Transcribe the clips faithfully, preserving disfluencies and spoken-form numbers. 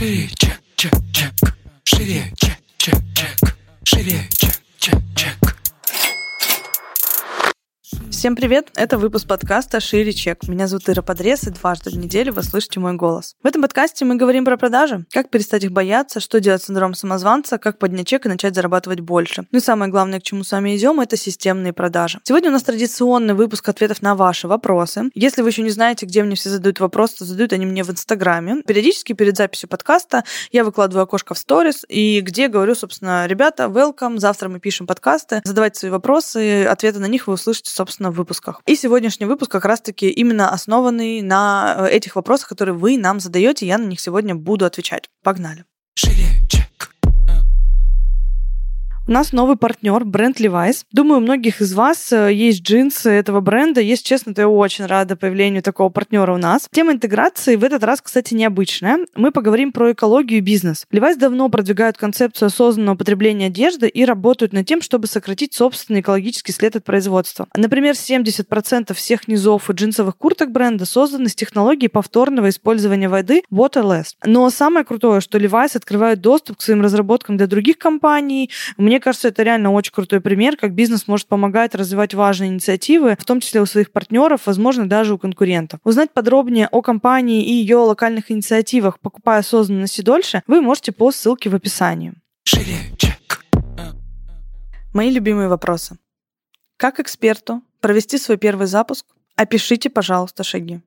Шире, чек, чек, чек. Шире, чек, чек, чек. Шире, чек, чек, чек. Всем привет! Это выпуск подкаста «Шире чек». Меня зовут Ира Подрез, и дважды в неделю вы слышите мой голос. В этом подкасте мы говорим про продажи, как перестать их бояться, что делать с синдромом самозванца, как поднять чек и начать зарабатывать больше. Ну и самое главное, к чему с вами идем, это системные продажи. Сегодня у нас традиционный выпуск ответов на ваши вопросы. Если вы еще не знаете, где мне все задают вопросы, то задают они мне в Инстаграме. Периодически перед записью подкаста я выкладываю окошко в сторис, и где говорю, собственно, ребята, welcome, завтра мы пишем подкасты, задавайте свои вопросы, ответы на них вы услышите, собственно, в выпусках. И сегодняшний выпуск как раз-таки именно основанный на этих вопросах, которые вы нам задаете, я на них сегодня буду отвечать. Погнали. Шире, чек. У нас новый партнер, бренд Levi's. Думаю, у многих из вас есть джинсы этого бренда. Если честно, то я очень рада появлению такого партнера у нас. Тема интеграции в этот раз, кстати, необычная. Мы поговорим про экологию и бизнес. Levi's давно продвигают концепцию осознанного потребления одежды и работают над тем, чтобы сократить собственный экологический след от производства. Например, семьдесят процентов всех низов и джинсовых курток бренда созданы с технологией повторного использования воды Waterless. Но самое крутое, что Levi's открывает доступ к своим разработкам для других компаний. Мне кажется, это реально очень крутой пример, как бизнес может помогать развивать важные инициативы, в том числе у своих партнеров, возможно, даже у конкурентов. Узнать подробнее о компании и ее локальных инициативах, покупая осознанность и дольше, вы можете по ссылке в описании. Шире, чек. Мои любимые вопросы. Как эксперту провести свой первый запуск? Опишите, пожалуйста, шаги.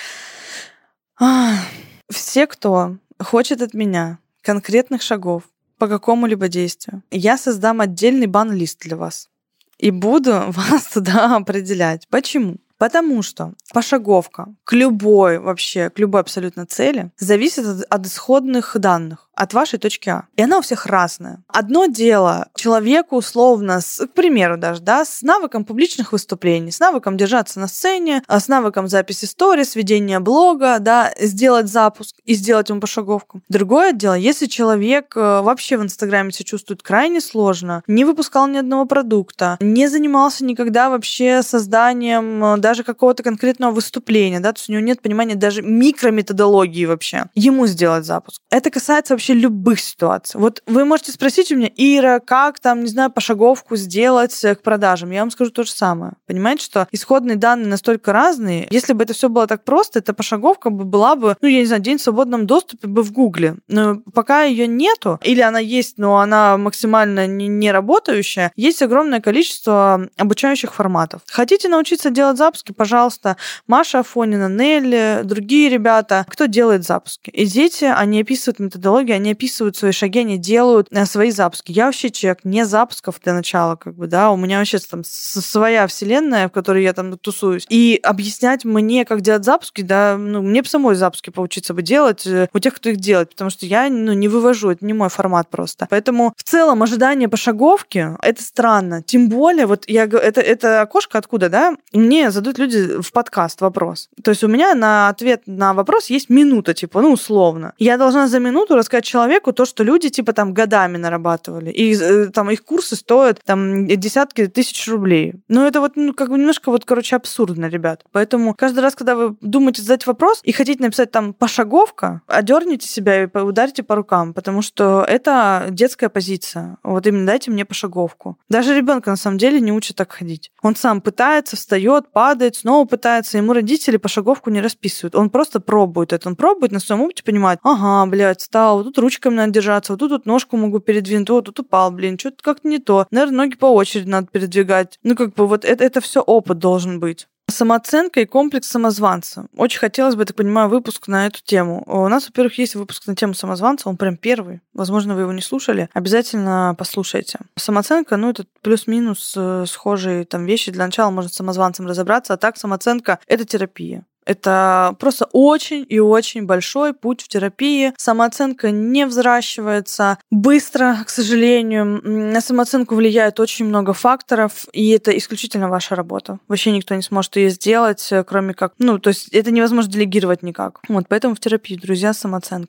Все, кто хочет от меня конкретных шагов по какому-либо действию, я создам отдельный бан-лист для вас и буду вас туда определять. Почему? Потому что пошаговка к любой вообще, к любой абсолютно цели зависит от, от исходных данных, от вашей точки А. И она у всех разная. Одно дело человеку условно, с, к примеру даже, да, с навыком публичных выступлений, с навыком держаться на сцене, с навыком записи сторис, ведения блога, да, сделать запуск и сделать ему пошаговку. Другое дело, если человек вообще в Инстаграме себя чувствует крайне сложно, не выпускал ни одного продукта, не занимался никогда вообще созданием даже какого-то конкретного выступления, да, то есть у него нет понимания даже микрометодологии вообще, ему сделать запуск. Это касается вообще любых ситуаций. Вот вы можете спросить у меня, Ира, как там, не знаю, пошаговку сделать к продажам? Я вам скажу то же самое. Понимаете, что исходные данные настолько разные. Если бы это все было так просто, эта пошаговка бы была бы, ну, я не знаю, день в свободном доступе бы в Гугле. Но пока ее нету, или она есть, но она максимально не, не работающая, есть огромное количество обучающих форматов. Хотите научиться делать запуски? Пожалуйста, Маша Афонина, Нелли, другие ребята, кто делает запуски. Идите, они описывают методологию, они описывают свои шаги, они делают свои запуски. Я вообще человек не запусков для начала, как бы, да, у меня вообще там своя вселенная, в которой я там тусуюсь. И объяснять мне, как делать запуски, да, ну, мне бы самой запуски поучиться бы делать у тех, кто их делает, потому что я, ну, не вывожу, это не мой формат просто. Поэтому в целом ожидание пошаговки, это странно. Тем более, вот я, это, это окошко откуда, да, мне задают люди в подкаст вопрос. То есть у меня на ответ на вопрос есть минута, типа, ну, условно. Я должна за минуту рассказать человеку то, что люди, типа, там, годами нарабатывали. И там их курсы стоят, там, десятки тысяч рублей. Ну, это вот, ну, как бы немножко, вот, короче, абсурдно, ребят. Поэтому каждый раз, когда вы думаете задать вопрос и хотите написать там пошаговка, одерните себя и ударьте по рукам, потому что это детская позиция. Вот именно дайте мне пошаговку. Даже ребенка на самом деле не учат так ходить. Он сам пытается, встает, падает, снова пытается, ему родители пошаговку не расписывают. Он просто пробует это. Он пробует на своем опыте, понимает, ага, блядь, встал, вот тут ручками надо держаться, вот тут вот ножку могу передвинуть, вот тут упал, блин, что-то как-то не то. Наверное, ноги по очереди надо передвигать. Ну, как бы вот это, это все опыт должен быть. Самооценка и комплекс самозванца. Очень хотелось бы, я так понимаю, выпуск на эту тему. У нас, во-первых, есть выпуск на тему самозванца, он прям первый. Возможно, вы его не слушали. Обязательно послушайте. Самооценка, ну, это плюс-минус схожие там вещи. Для начала можно с самозванцем разобраться, а так самооценка — это терапия. Это просто очень и очень большой путь в терапии. Самооценка не взращивается быстро, к сожалению. На самооценку влияет очень много факторов, и это исключительно ваша работа. Вообще никто не сможет ее сделать, кроме как... Ну, то есть это невозможно делегировать никак. Вот, поэтому в терапии, друзья, с самооценкой.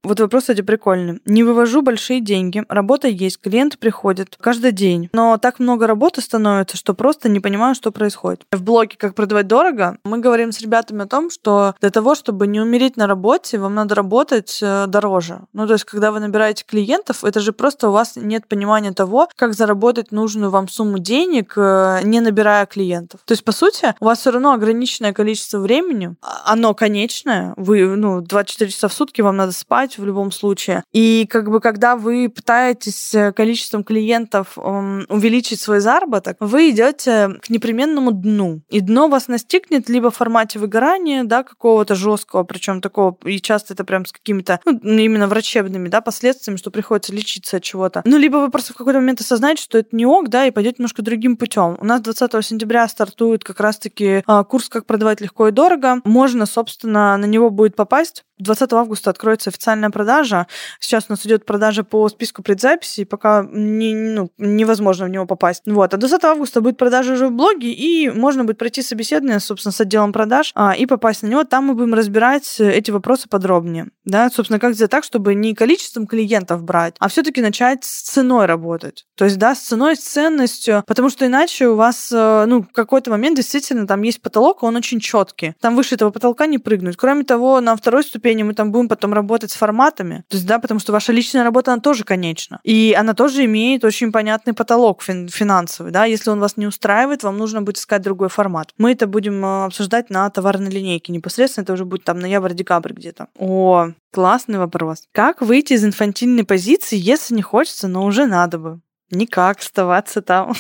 Вот вопрос, кстати, прикольный. Не вывожу большие деньги, работа есть, клиенты приходят каждый день, но так много работы становится, что просто не понимаю, что происходит. В блоге «Как продавать дорого» мы говорим с ребятами о том, что для того, чтобы не умереть на работе, вам надо работать дороже. Ну, то есть, когда вы набираете клиентов, это же просто у вас нет понимания того, как заработать нужную вам сумму денег, не набирая клиентов. То есть, по сути, у вас все равно ограниченное количество времени, оно конечное, вы, ну, двадцать четыре часа в сутки вам надо спать, в любом случае. И как бы когда вы пытаетесь количеством клиентов эм, увеличить свой заработок, вы идете к непременному дну. И дно вас настигнет либо в формате выгорания, да, какого-то жесткого, причем такого, и часто это прям с какими-то, ну, именно врачебными, да, последствиями, что приходится лечиться от чего-то. Ну, либо вы просто в какой-то момент осознаете, что это не ок, да, и пойдете немножко другим путем. У нас двадцатого сентября стартует как раз-таки э, курс «Как продавать легко и дорого». Можно, собственно, на него будет попасть. двадцатого августа откроется официальная продажа. Сейчас у нас идет продажа по списку предзаписи, пока не, ну, невозможно в него попасть. Вот. А двадцатого августа будет продажа уже в блоге, и можно будет пройти собеседование, собственно, с отделом продаж а, и попасть на него. Там мы будем разбирать эти вопросы подробнее. Да? Собственно, как сделать так, чтобы не количеством клиентов брать, а все-таки начать с ценой работать. То есть, да, с ценой, с ценностью, потому что иначе у вас, ну, в какой-то момент действительно там есть потолок, он очень четкий. Там выше этого потолка не прыгнуть. Кроме того, на второй ступени мы там будем потом работать с форматами. То есть, да, потому что ваша личная работа, она тоже конечна. И она тоже имеет очень понятный потолок фин- финансовый, да. Если он вас не устраивает, вам нужно будет искать другой формат. Мы это будем обсуждать на товарной линейке непосредственно. Это уже будет там ноябрь-декабрь где-то. О, классный вопрос. Как выйти из инфантильной позиции, если не хочется, но уже надо бы? Никак оставаться там.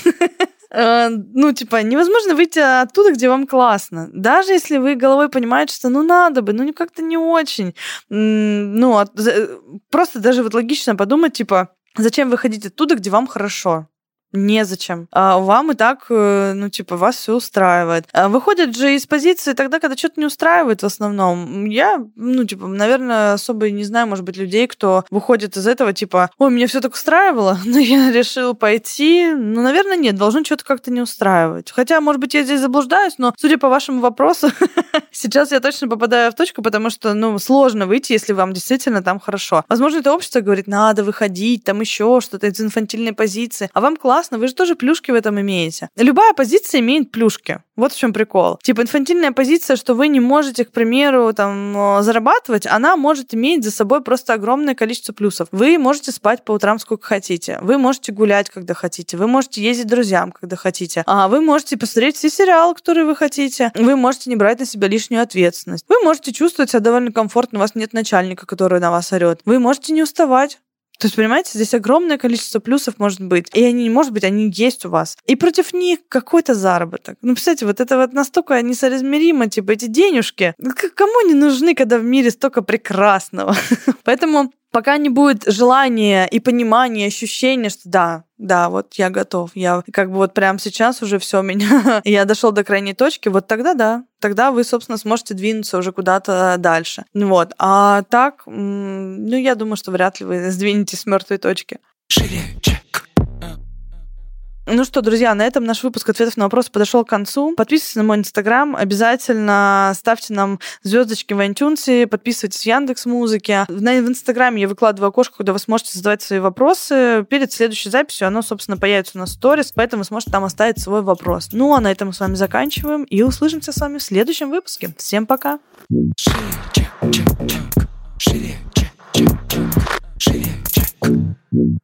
Ну, типа, невозможно выйти оттуда, где вам классно. Даже если вы головой понимаете, что ну надо бы, ну как-то не очень. Ну, просто даже вот логично подумать, типа, зачем выходить оттуда, где вам хорошо? Незачем. А вам и так, ну, типа, вас все устраивает. А выходят же из позиции тогда, когда что-то не устраивает в основном. Я, ну, типа, наверное, особо не знаю, может быть, людей, кто выходит из этого, типа, ой, меня все так устраивало, но я решил пойти. Ну, наверное, нет, должно что-то как-то не устраивать. Хотя, может быть, я здесь заблуждаюсь, но, судя по вашему вопросу, сейчас я точно попадаю в точку, потому что, ну, сложно выйти, если вам действительно там хорошо. Возможно, это общество говорит, надо выходить, там еще что-то из инфантильной позиции, а вам классно, вы же тоже плюшки в этом имеете. Любая позиция имеет плюшки. Вот в чем прикол. Типа инфантильная позиция, что вы не можете, к примеру, там, зарабатывать, она может иметь за собой просто огромное количество плюсов. Вы можете спать по утрам сколько хотите. Вы можете гулять, когда хотите. Вы можете ездить к друзьям, когда хотите. А вы можете посмотреть все сериалы, которые вы хотите. Вы можете не брать на себя лишнюю ответственность. Вы можете чувствовать себя довольно комфортно, у вас нет начальника, который на вас орет. Вы можете не уставать. То есть, понимаете, здесь огромное количество плюсов может быть. И они, может быть, они есть у вас. И против них какой-то заработок. Ну, представляете, вот это вот настолько несоизмеримо, типа, эти денежки. Кому не нужны, когда в мире столько прекрасного? Поэтому пока не будет желания и понимания, ощущения, что да, да, вот я готов, я как бы вот прямо сейчас уже все меня, я дошел до крайней точки, вот тогда да, тогда вы, собственно, сможете двинуться уже куда-то дальше. Вот, а так, ну, я думаю, что вряд ли вы сдвинетесь с мертвой точки. Шире, чек. Ну что, друзья, на этом наш выпуск ответов на вопросы подошел к концу. Подписывайтесь на мой инстаграм, обязательно ставьте нам звездочки в iTunes, подписывайтесь в Яндекс.Музыке. В инстаграме я выкладываю окошко, куда вы сможете задавать свои вопросы. Перед следующей записью оно, собственно, появится у нас в сторис, поэтому вы сможете там оставить свой вопрос. Ну, а на этом мы с вами заканчиваем и услышимся с вами в следующем выпуске. Всем пока! Шире, чек, чек, чек. Шире, чек, чек, чек. Шире, чек.